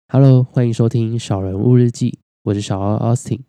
Hello，欢迎收听小人物日记，我是小奥 Austin。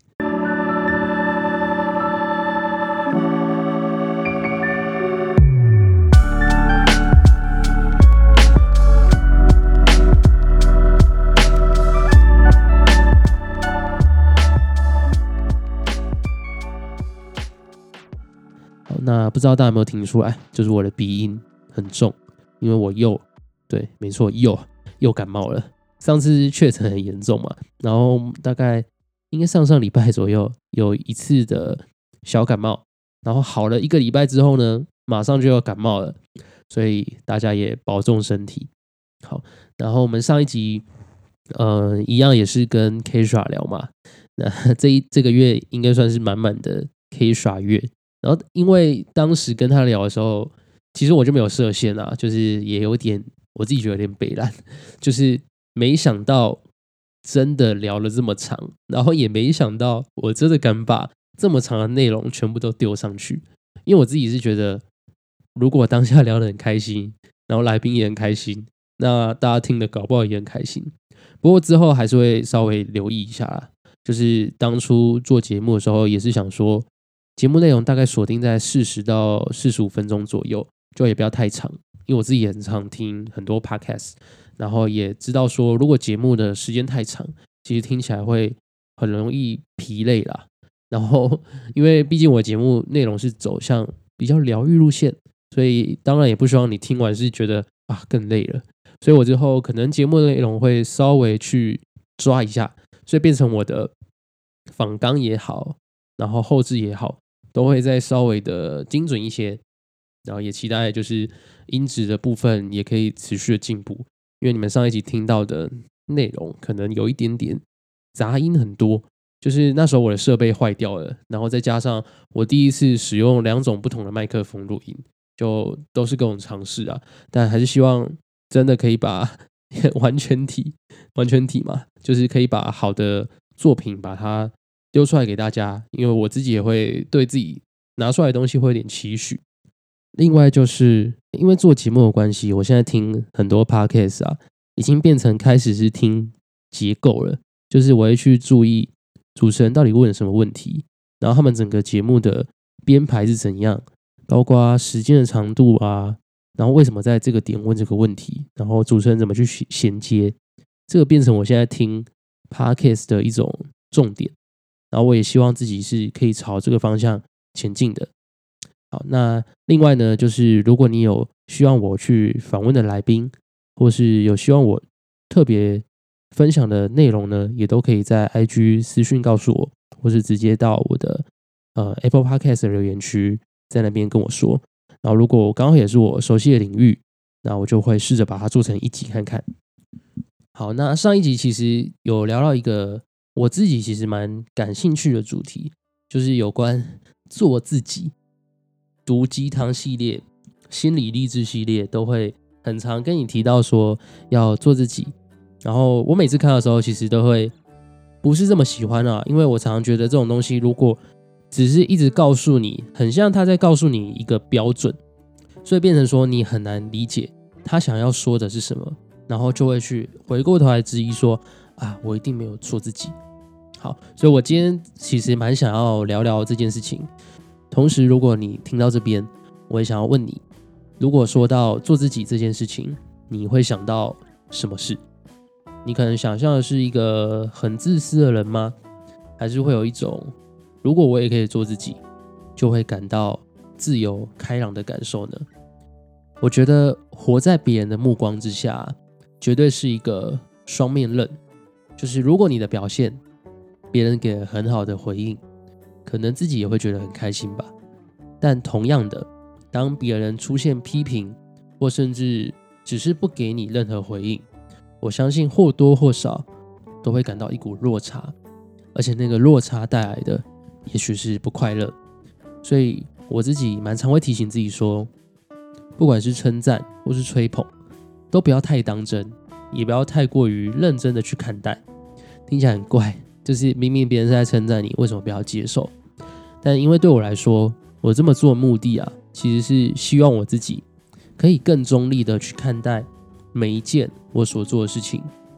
好，那不知道大家有没有听出来，就是我的鼻音很重，因为我没错，又感冒了。上次确诊很严重嘛，然后大概应该上礼拜左右有一次的小感冒，然后好了1个礼拜之后呢，马上就要感冒了，所以大家也保重身体。好，然后我们上一集一样也是跟 K 耍聊嘛，那这个月应该算是满满的 K 耍月。然后因为当时跟他聊的时候，其实我就没有设限啦，就是也有点我自己觉得有点北烂，就是没想到真的聊了这么长，然后也没想到我真的敢把这么长的内容全部都丢上去。因为我自己是觉得，如果当下聊得很开心，然后来宾也很开心，那大家听的搞不好也很开心。不过之后还是会稍微留意一下啦，就是当初做节目的时候也是想说，节目内容大概锁定在40到45分钟左右，就也不要太长。因为我自己也很常听很多 podcast， 然后也知道说，如果节目的时间太长，其实听起来会很容易疲累啦。然后，因为毕竟我的节目内容是走向比较疗愈路线，所以当然也不希望你听完是觉得更累了。所以我之后可能节目内容会稍微去抓一下，所以变成我的访纲也好，然后后制也好，都会再稍微的精准一些。然后也期待就是音质的部分也可以持续的进步，因为你们上一集听到的内容可能有一点点杂音很多，就是那时候我的设备坏掉了，然后再加上我第一次使用2种不同的麦克风录音，就都是各种尝试啊，但还是希望真的可以把完全体嘛，就是可以把好的作品把它丢出来给大家，因为我自己也会对自己拿出来的东西会有点期许。另外就是因为做节目的关系，我现在听很多 podcast 已经变成开始是听结构了，就是我会去注意主持人到底问了什么问题，然后他们整个节目的编排是怎样，包括时间的长度然后为什么在这个点问这个问题，然后主持人怎么去衔接，这个变成我现在听 podcast 的一种重点，然后我也希望自己是可以朝这个方向前进的。好，那另外呢，就是如果你有希望我去访问的来宾，或是有希望我特别分享的内容呢，也都可以在 IG 私讯告诉我，或是直接到我的Apple Podcast 的留言区，在那边跟我说。然后如果刚好也是我熟悉的领域，那我就会试着把它做成一集看看。好，那上一集其实有聊到一个我自己其实蛮感兴趣的主题，就是有关做自己。读鸡汤系列、心理励志系列都会很常跟你提到说要做自己，然后我每次看的时候其实都会不是这么喜欢因为我常常觉得这种东西如果只是一直告诉你，很像他在告诉你一个标准，所以变成说你很难理解他想要说的是什么，然后就会去回过头来质疑说我一定没有做自己。好，所以我今天其实蛮想要聊聊这件事情。同时如果你听到这边，我也想要问你，如果说到做自己这件事情，你会想到什么事？你可能想象的是一个很自私的人吗？还是会有一种如果我也可以做自己，就会感到自由开朗的感受呢？我觉得活在别人的目光之下，绝对是一个双面刃，就是如果你的表现别人给了很好的回应，可能自己也会觉得很开心吧。但同样的，当别人出现批评，或甚至只是不给你任何回应，我相信或多或少都会感到一股落差，而且那个落差带来的也许是不快乐。所以我自己蛮常会提醒自己说，不管是称赞或是吹捧，都不要太当真，也不要太过于认真的去看待。听起来很怪，就是明明别人是在称赞你，为什么不要接受？但因为对我来说，我这么做的目的其实是希望我自己可以更中立的去看待每一件我所做的事情，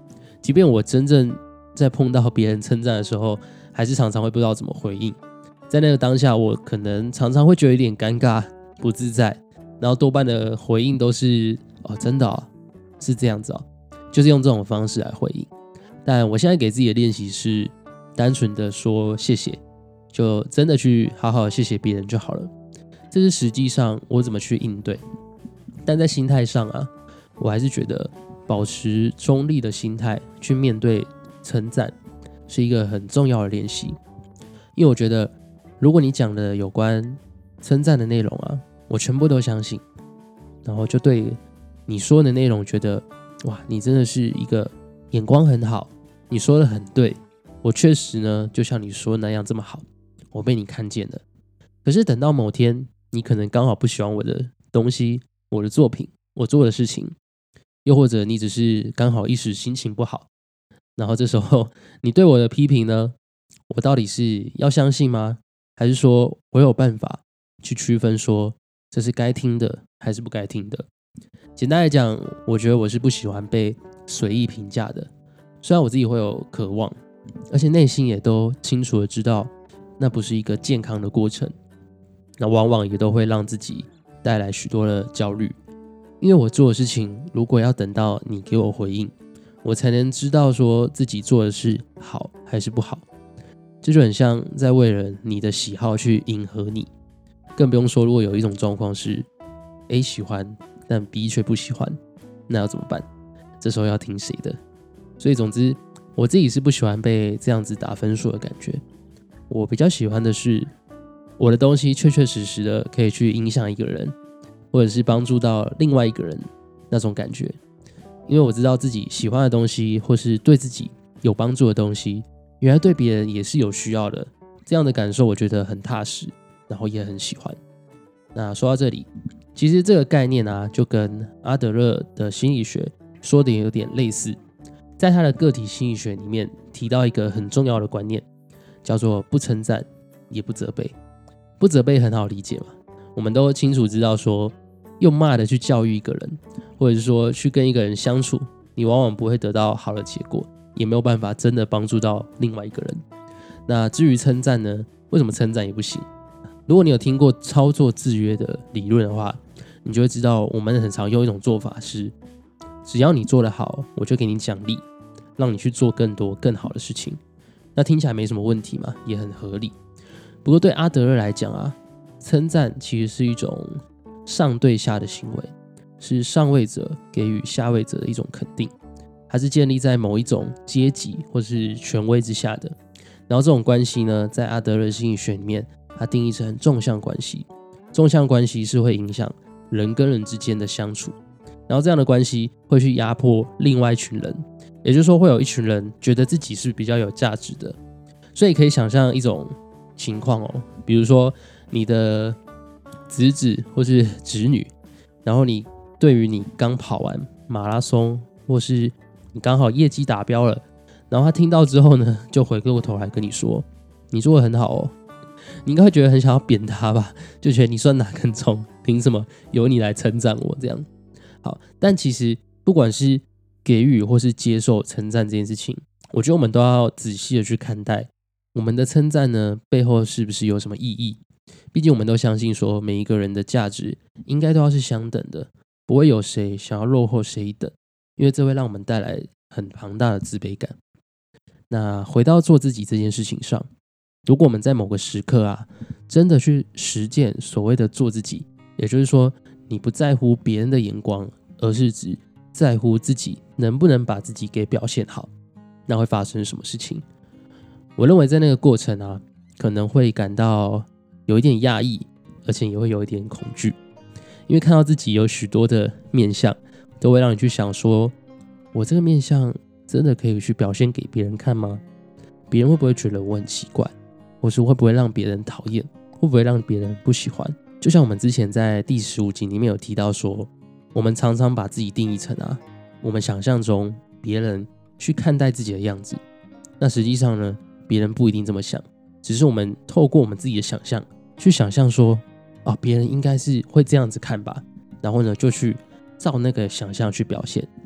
即便我真正在碰到别人称赞的时候，还是常常会不知道怎么回应。在那个当下，我可能常常会觉得有点尴尬、不自在，然后多半的回应都是“哦，真的哦，是这样子哦”，就是用这种方式来回应。但我现在给自己的练习是单纯的说谢谢，就真的去好好谢谢别人就好了。这是实际上我怎么去应对。但在心态上啊，我还是觉得保持中立的心态去面对称赞是一个很重要的练习。因为我觉得如果你讲的有关称赞的内容啊，我全部都相信，然后就对你说的内容觉得哇，你真的是一个眼光很好，你说的很对，我确实呢就像你说的那样这么好，我被你看见了。可是等到某天你可能刚好不喜欢我的东西，我的作品，我做的事情，又或者你只是刚好一时心情不好，然后这时候你对我的批评呢，我到底是要相信吗？还是说我有办法去区分说这是该听的还是不该听的？简单来讲，我觉得我是不喜欢被随意评价的。虽然我自己会有渴望，而且内心也都清楚的知道那不是一个健康的过程，那往往也都会让自己带来许多的焦虑。因为我做的事情如果要等到你给我回应，我才能知道说自己做的是好还是不好。这就很像在为了你的喜好去迎合你，更不用说如果有一种状况是 A 喜欢但 B 却不喜欢，那要怎么办？这时候要听谁的？所以总之我自己是不喜欢被这样子打分数的感觉。我比较喜欢的是我的东西确确实实的可以去影响一个人，或者是帮助到另外一个人那种感觉。因为我知道自己喜欢的东西或是对自己有帮助的东西，原来对别人也是有需要的，这样的感受我觉得很踏实，然后也很喜欢。那说到这里，其实这个概念啊，就跟阿德勒的心理学说的也有点类似。在他的个体心理学里面提到一个很重要的观念，叫做不称赞也不责备。不责备很好理解嘛，我们都清楚知道说，用骂的去教育一个人，或者是说去跟一个人相处，你往往不会得到好的结果，也没有办法真的帮助到另外一个人。那至于称赞呢，为什么称赞也不行？如果你有听过操作制约的理论的话，你就会知道我们很常用一种做法是，只要你做得好，我就给你奖励，让你去做更多更好的事情。那听起来没什么问题嘛，也很合理。不过对阿德勒来讲啊，称赞其实是一种上对下的行为，是上位者给予下位者的一种肯定，它是建立在某一种阶级或是权威之下的。然后这种关系呢，在阿德勒心理学里面，它定义成纵向关系。纵向关系是会影响人跟人之间的相处，然后这样的关系会去压迫另外一群人，也就是说会有一群人觉得自己是比较有价值的。所以可以想象一种情况哦，比如说你的侄子或是侄女，然后你对于你刚跑完马拉松，或是你刚好业绩达标了，然后他听到之后呢，就回过头来跟你说你做得很好哦，你应该会觉得很想要扁他吧，就觉得你算哪根葱，凭什么由你来称赞我这样。好，但其实不管是给予或是接受称赞这件事情，我觉得我们都要仔细的去看待我们的称赞呢背后是不是有什么意义。毕竟我们都相信说每一个人的价值应该都要是相等的，不会有谁想要落后谁一等，因为这会让我们带来很庞大的自卑感。那回到做自己这件事情上，如果我们在某个时刻啊，真的去实践所谓的做自己，也就是说你不在乎别人的眼光，而是只在乎自己能不能把自己给表现好，那会发生什么事情？我认为在那个过程啊，可能会感到有一点压抑，而且也会有一点恐惧，因为看到自己有许多的面向，都会让你去想说，我这个面向真的可以去表现给别人看吗？别人会不会觉得我很奇怪，或是会不会让别人讨厌，会不会让别人不喜欢？就像我们之前在第15集里面有提到说，我们常常把自己定义成我们想象中别人去看待自己的样子，那实际上呢，别人不一定这么想，只是我们透过我们自己的想象去想象说，别人应该是会这样子看吧，然后呢就去照那个想象去表现。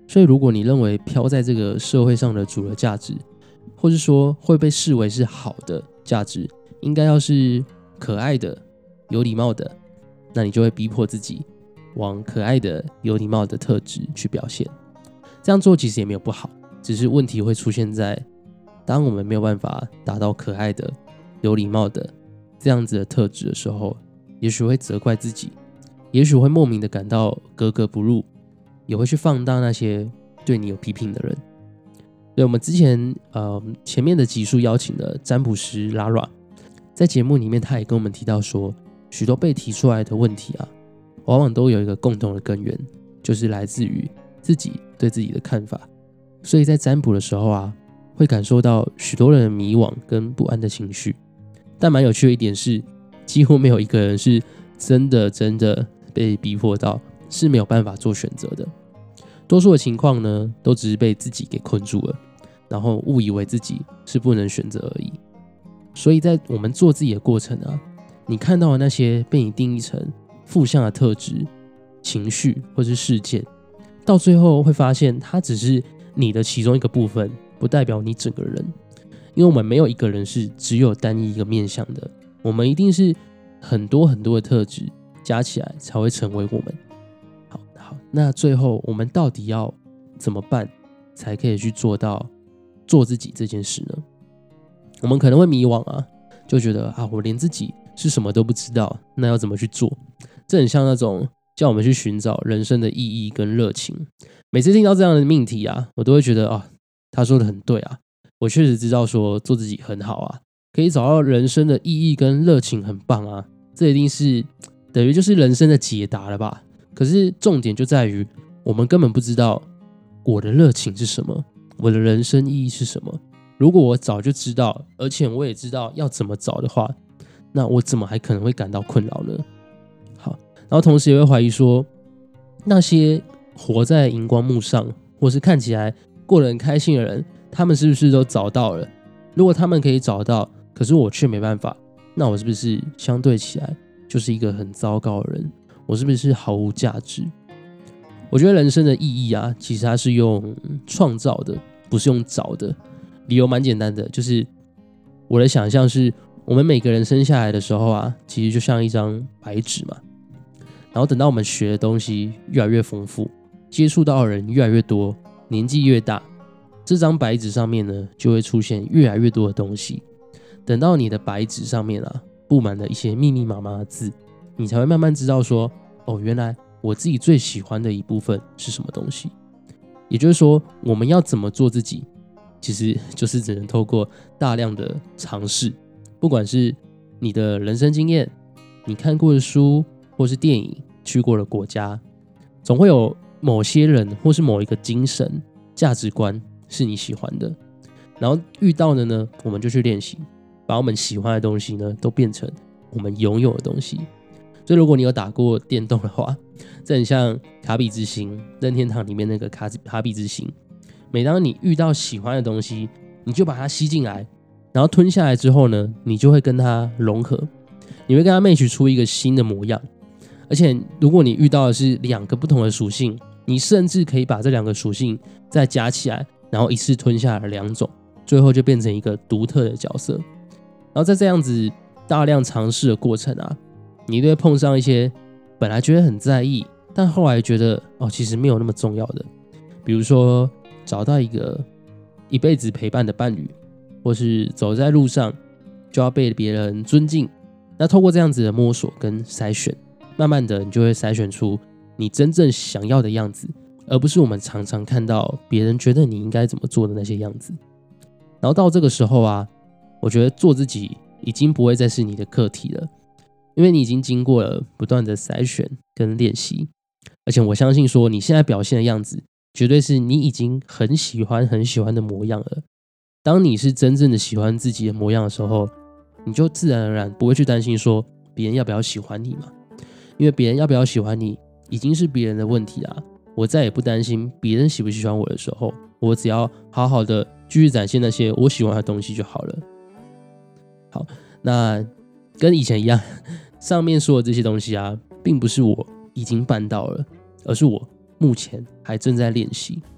所以如果你认为飘在这个社会上的主流价值，或是说会被视为是好的价值，应该要是可爱的、有礼貌的，那你就会逼迫自己往可爱的、有礼貌的特质去表现。这样做其实也没有不好，只是问题会出现在当我们没有办法达到可爱的、有礼貌的这样子的特质的时候，也许会责怪自己，也许会莫名的感到格格不入，也会去放大那些对你有批评的人。对，我们之前前面的集数邀请了占卜师 Lara， 在节目里面他也跟我们提到说，许多被提出来的问题啊，往往都有一个共同的根源，就是来自于自己对自己的看法。所以在占卜的时候啊，会感受到许多人的迷惘跟不安的情绪。但蛮有趣的一点是，几乎没有一个人是真的被逼迫到是没有办法做选择的。多数的情况呢，都只是被自己给困住了，然后误以为自己是不能选择而已。所以在我们做自己的过程啊，你看到的那些被你定义成负向的特质、情绪或是事件，到最后会发现它只是你的其中一个部分，不代表你整个人。因为我们没有一个人是只有单一一个面向的，我们一定是很多的特质加起来才会成为我们。好，那最后我们到底要怎么办才可以去做到做自己这件事呢？我们可能会迷惘啊，就觉得啊，我连自己是什么都不知道，那要怎么去做？这很像那种叫我们去寻找人生的意义跟热情。每次听到这样的命题啊，我都会觉得啊，他说的很对啊，我确实知道说做自己很好啊，可以找到人生的意义跟热情很棒啊，这一定是等于就是人生的解答了吧？可是重点就在于，我们根本不知道我的热情是什么，我的人生意义是什么。如果我早就知道，而且我也知道要怎么找的话，那我怎么还可能会感到困扰呢？好，然后同时也会怀疑说，那些活在荧光幕上，或是看起来过得很开心的人，他们是不是都找到了？如果他们可以找到，可是我却没办法，那我是不是相对起来就是一个很糟糕的人？我是不是毫无价值？我觉得人生的意义啊，其实它是用创造的，不是用找的。理由蛮简单的，就是我的想象是，我们每个人生下来的时候啊，其实就像一张白纸嘛。然后等到我们学的东西越来越丰富，接触到的人越来越多，年纪越大，这张白纸上面呢，就会出现越来越多的东西。等到你的白纸上面啊，布满了一些密密麻麻的字，你才会慢慢知道说，哦，原来我自己最喜欢的一部分是什么东西。也就是说，我们要怎么做自己，其实就是只能透过大量的尝试，不管是你的人生经验、你看过的书，或是电影、去过的国家，总会有某些人或是某一个精神价值观是你喜欢的。然后遇到的呢，我们就去练习，把我们喜欢的东西呢，都变成我们拥有的东西。所以如果你有打过电动的话，这很像卡比之心，任天堂里面那个卡比之心。每当你遇到喜欢的东西，你就把它吸进来，然后吞下来之后呢，你就会跟它融合，你会跟它 match 出一个新的模样。而且如果你遇到的是两个不同的属性，你甚至可以把这两个属性再加起来，然后一次吞下来两种，最后就变成一个独特的角色。然后在这样子大量尝试的过程啊，你一定会碰上一些本来觉得很在意，但后来觉得其实没有那么重要的。比如说找到一个一辈子陪伴的伴侣，或是走在路上就要被别人尊敬。那透过这样子的摸索跟筛选，慢慢的你就会筛选出你真正想要的样子，而不是我们常常看到别人觉得你应该怎么做的那些样子。然后到这个时候啊，我觉得做自己已经不会再是你的课题了，因为你已经经过了不断的筛选跟练习，而且我相信说你现在表现的样子，绝对是你已经很喜欢的模样了。当你是真正的喜欢自己的模样的时候，你就自然而然不会去担心说别人要不要喜欢你嘛，因为别人要不要喜欢你已经是别人的问题啦。我再也不担心别人喜不喜欢我的时候，我只要好好的继续展现那些我喜欢的东西就好了。好，那跟以前一样，上面说的这些东西啊，并不是我已经办到了，而是我目前还正在练习。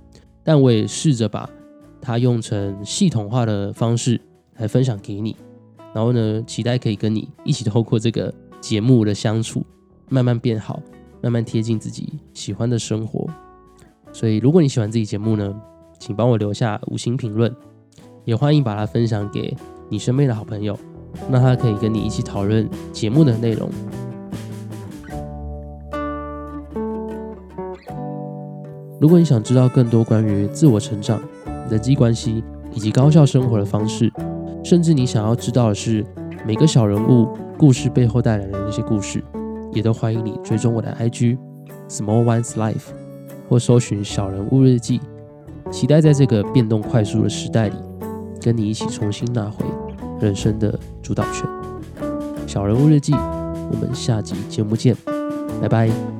但我也试着把它用成系统化的方式来分享给你。然后呢，期待可以跟你一起透过这个节目的相处，慢慢变好，慢慢贴近自己喜欢的生活。所以如果你喜欢这期节目呢，请帮我留下5星评论，也欢迎把它分享给你身边的好朋友，让他可以跟你一起讨论节目的内容。如果你想知道更多关于自我成长、人际关系以及高效生活的方式，甚至你想要知道的是每个小人物故事背后带来的那些故事，也都欢迎你追踪我的 IG Small One's Life， 或搜寻小人物日记。期待在这个变动快速的时代里，跟你一起重新拿回人生的主导权。小人物日记，我们下集节目见，拜拜。